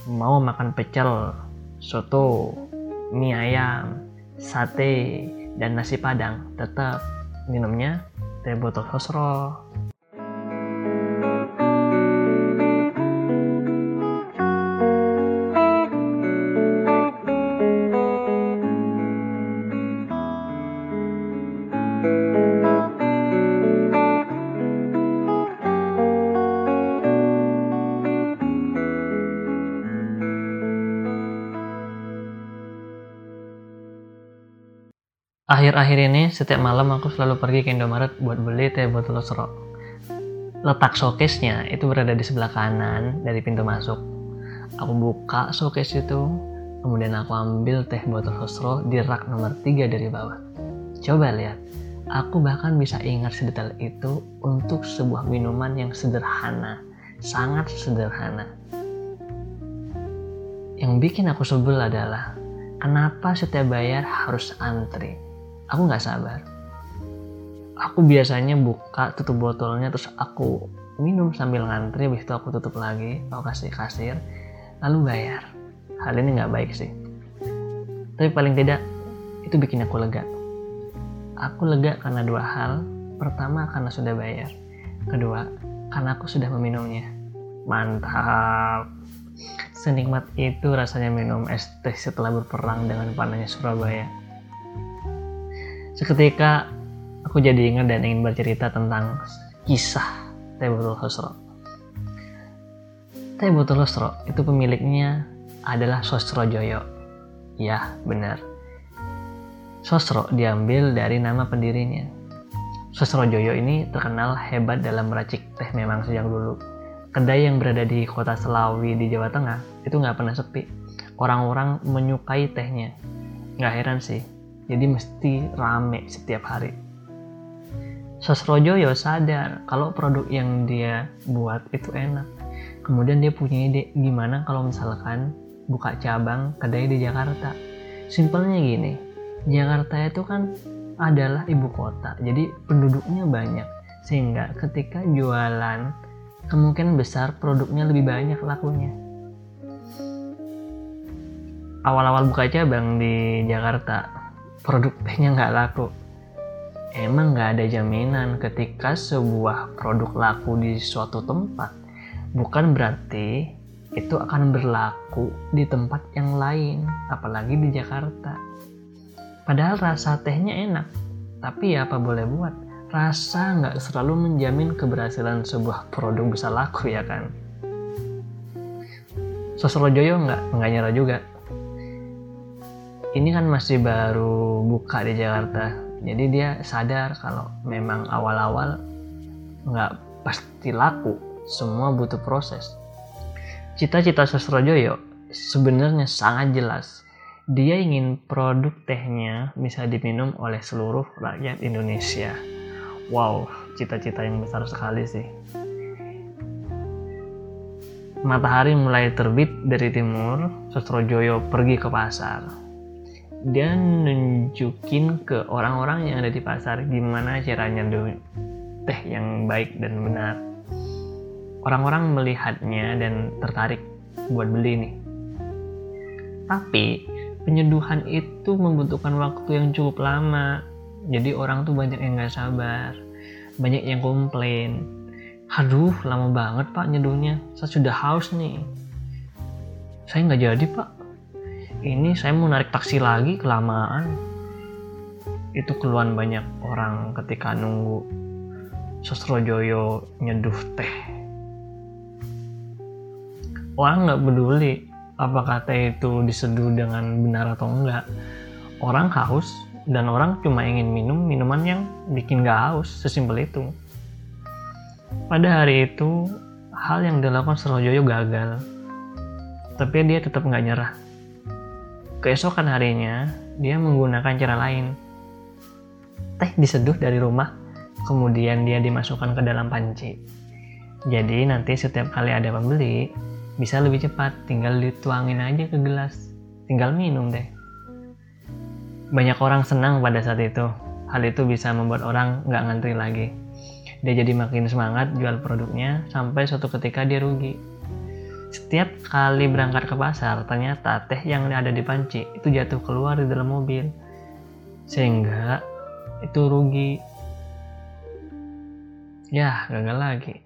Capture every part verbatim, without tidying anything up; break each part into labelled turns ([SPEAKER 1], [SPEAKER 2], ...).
[SPEAKER 1] mau makan pecel, soto, mie ayam, sate, dan nasi padang, tetap minumnya teh botol sosro. Akhir-akhir ini setiap malam aku selalu pergi ke Indomaret buat beli teh botol sosro. Letak showcase-nya itu berada di sebelah kanan dari pintu masuk. Aku buka showcase itu, kemudian aku ambil teh botol sosro di rak nomor tiga dari bawah. Coba lihat, aku bahkan bisa ingat sedetail itu untuk sebuah minuman yang sederhana, sangat sederhana. Yang bikin aku sebel adalah kenapa setiap bayar harus antri. Aku gak sabar. Aku biasanya buka tutup botolnya terus aku minum sambil ngantri, habis itu aku tutup lagi, aku kasih kasir, lalu bayar. Hal ini gak baik sih. Tapi paling tidak itu bikin aku lega. Aku lega karena dua hal. Pertama karena sudah bayar. Kedua karena aku sudah meminumnya. Mantap. Senikmat itu rasanya minum es teh setelah berperang dengan panasnya Surabaya. Seketika aku jadi ingat dan ingin bercerita tentang kisah teh botol sosro. Teh botol sosro itu pemiliknya adalah Sosrojoyo. Ya, benar. Sosro diambil dari nama pendirinya. Sosrojoyo ini terkenal hebat dalam meracik teh memang sejak dulu. Kedai yang berada di kota Selawi di Jawa Tengah itu nggak pernah sepi. Orang-orang menyukai tehnya. Nggak heran sih. Jadi mesti rame setiap hari. Sosrojoyo sadar kalau produk yang dia buat itu enak. Kemudian dia punya ide gimana kalau misalkan buka cabang kedai di Jakarta. Simpelnya gini, Jakarta itu kan adalah ibu kota, jadi penduduknya banyak. Sehingga ketika jualan, kemungkinan besar produknya lebih banyak lakunya. Awal-awal buka cabang di Jakarta, produk tehnya nggak laku. Emang nggak ada jaminan ketika sebuah produk laku di suatu tempat, bukan berarti itu akan berlaku di tempat yang lain, apalagi di Jakarta. Padahal rasa tehnya enak, tapi ya apa boleh buat, rasa nggak selalu menjamin keberhasilan sebuah produk bisa laku, ya kan? Sosrojoyo nggak nggak nyerah juga. Ini kan masih baru buka di Jakarta, jadi dia sadar kalau memang awal-awal nggak pasti laku, semua butuh proses. Cita-cita Sosrojoyo sebenarnya sangat jelas. Dia ingin produk tehnya bisa diminum oleh seluruh rakyat Indonesia. Wow, cita-cita yang besar sekali sih. Matahari mulai terbit dari timur, Sosrojoyo pergi ke pasar. Dia nunjukin ke orang-orang yang ada di pasar gimana caranya nyeduh teh yang baik dan benar. Orang-orang melihatnya dan tertarik buat beli nih. Tapi penyeduhan itu membutuhkan waktu yang cukup lama. Jadi orang tuh banyak yang gak sabar, banyak yang komplain. Aduh, lama banget pak nyeduhnya, saya sudah haus nih. Saya gak jadi pak, ini saya mau narik taksi lagi, kelamaan. Itu keluhan banyak orang ketika nunggu Sosrojoyo nyeduh teh. Orang gak peduli apakah teh itu diseduh dengan benar atau enggak. Orang haus dan orang cuma ingin minum minuman yang bikin gak haus, sesimpel itu. Pada hari itu, hal yang dilakukan Sosrojoyo gagal. Tapi dia tetap gak nyerah. Keesokan harinya, dia menggunakan cara lain. Teh diseduh dari rumah, kemudian dia dimasukkan ke dalam panci. Jadi nanti setiap kali ada pembeli, bisa lebih cepat, tinggal dituangin aja ke gelas, tinggal minum deh. Banyak orang senang pada saat itu. Hal itu bisa membuat orang nggak ngantri lagi. Dia jadi makin semangat jual produknya sampai suatu ketika dia rugi. Setiap kali berangkat ke pasar, ternyata teh yang ada di panci itu jatuh keluar di dalam mobil. Sehingga itu rugi. Ya, gagal lagi.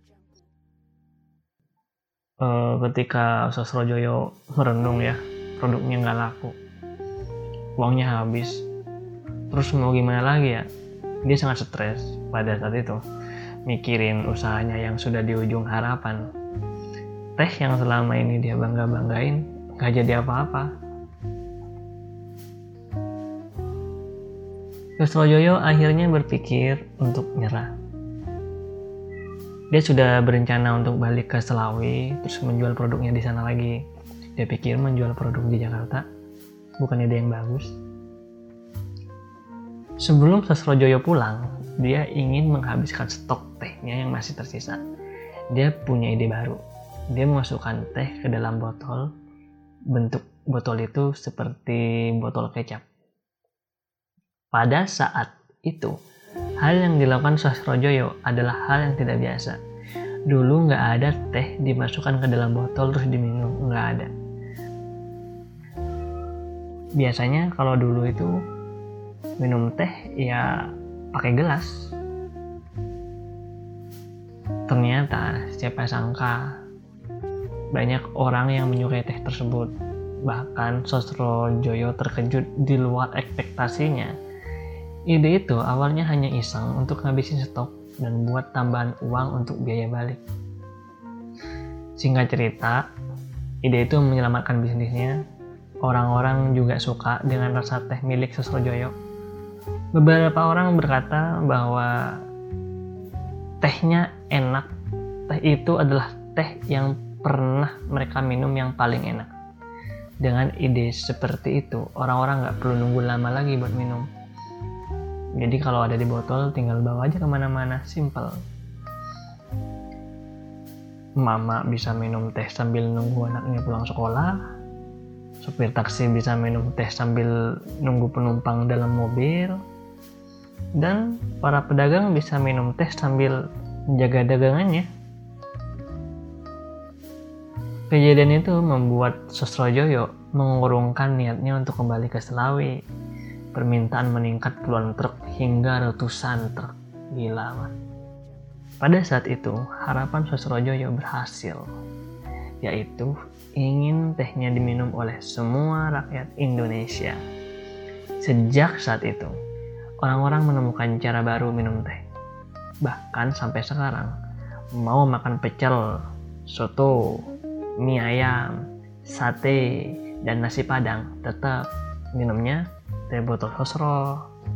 [SPEAKER 1] E, ketika Sosrojoyo merenung ya, produknya nggak laku. Uangnya habis. Terus mau gimana lagi ya? Dia sangat stres pada saat itu. Mikirin usahanya yang sudah di ujung harapan. Teh yang selama ini dia bangga-banggain gak jadi apa-apa. Sosrojoyo akhirnya berpikir untuk nyerah. Dia sudah berencana untuk balik ke Selawi, terus menjual produknya di sana lagi. Dia pikir menjual produk di Jakarta bukan ide yang bagus. Sebelum Sosrojoyo pulang, dia ingin menghabiskan stok tehnya yang masih tersisa. Dia punya ide baru. Dia memasukkan teh ke dalam botol. Bentuk botol itu seperti botol kecap. Pada saat itu, hal yang dilakukan Sosrojoyo adalah hal yang tidak biasa. Dulu nggak ada teh dimasukkan ke dalam botol terus diminum, nggak ada. Biasanya kalau dulu itu minum teh ya pakai gelas. Ternyata siapa sangka banyak orang yang menyukai teh tersebut. Bahkan Sosrojoyo terkejut di luar ekspektasinya. Ide itu awalnya hanya iseng untuk ngabisin stok dan buat tambahan uang untuk biaya balik. Singkat cerita, ide itu menyelamatkan bisnisnya. Orang-orang juga suka dengan rasa teh milik Sosrojoyo. Beberapa orang berkata bahwa tehnya enak. Teh itu adalah teh yang pernah mereka minum yang paling enak. Dengan ide seperti itu, orang-orang gak perlu nunggu lama lagi buat minum. Jadi kalau ada di botol, tinggal bawa aja kemana-mana, simple. Mama bisa minum teh sambil nunggu anaknya pulang sekolah. Supir taksi bisa minum teh sambil nunggu penumpang dalam mobil. Dan para pedagang bisa minum teh sambil menjaga dagangannya. Kejadian itu membuat Sosrojoyo mengurungkan niatnya untuk kembali ke Selawi. Permintaan meningkat puluhan truk hingga ratusan truk. Gila, man. Pada saat itu, harapan Sosrojoyo berhasil, yaitu ingin tehnya diminum oleh semua rakyat Indonesia. Sejak saat itu, orang-orang menemukan cara baru minum teh. Bahkan sampai sekarang, mau makan pecel, soto, mie ayam, sate, dan nasi padang, tetap minumnya teh botol Sosro.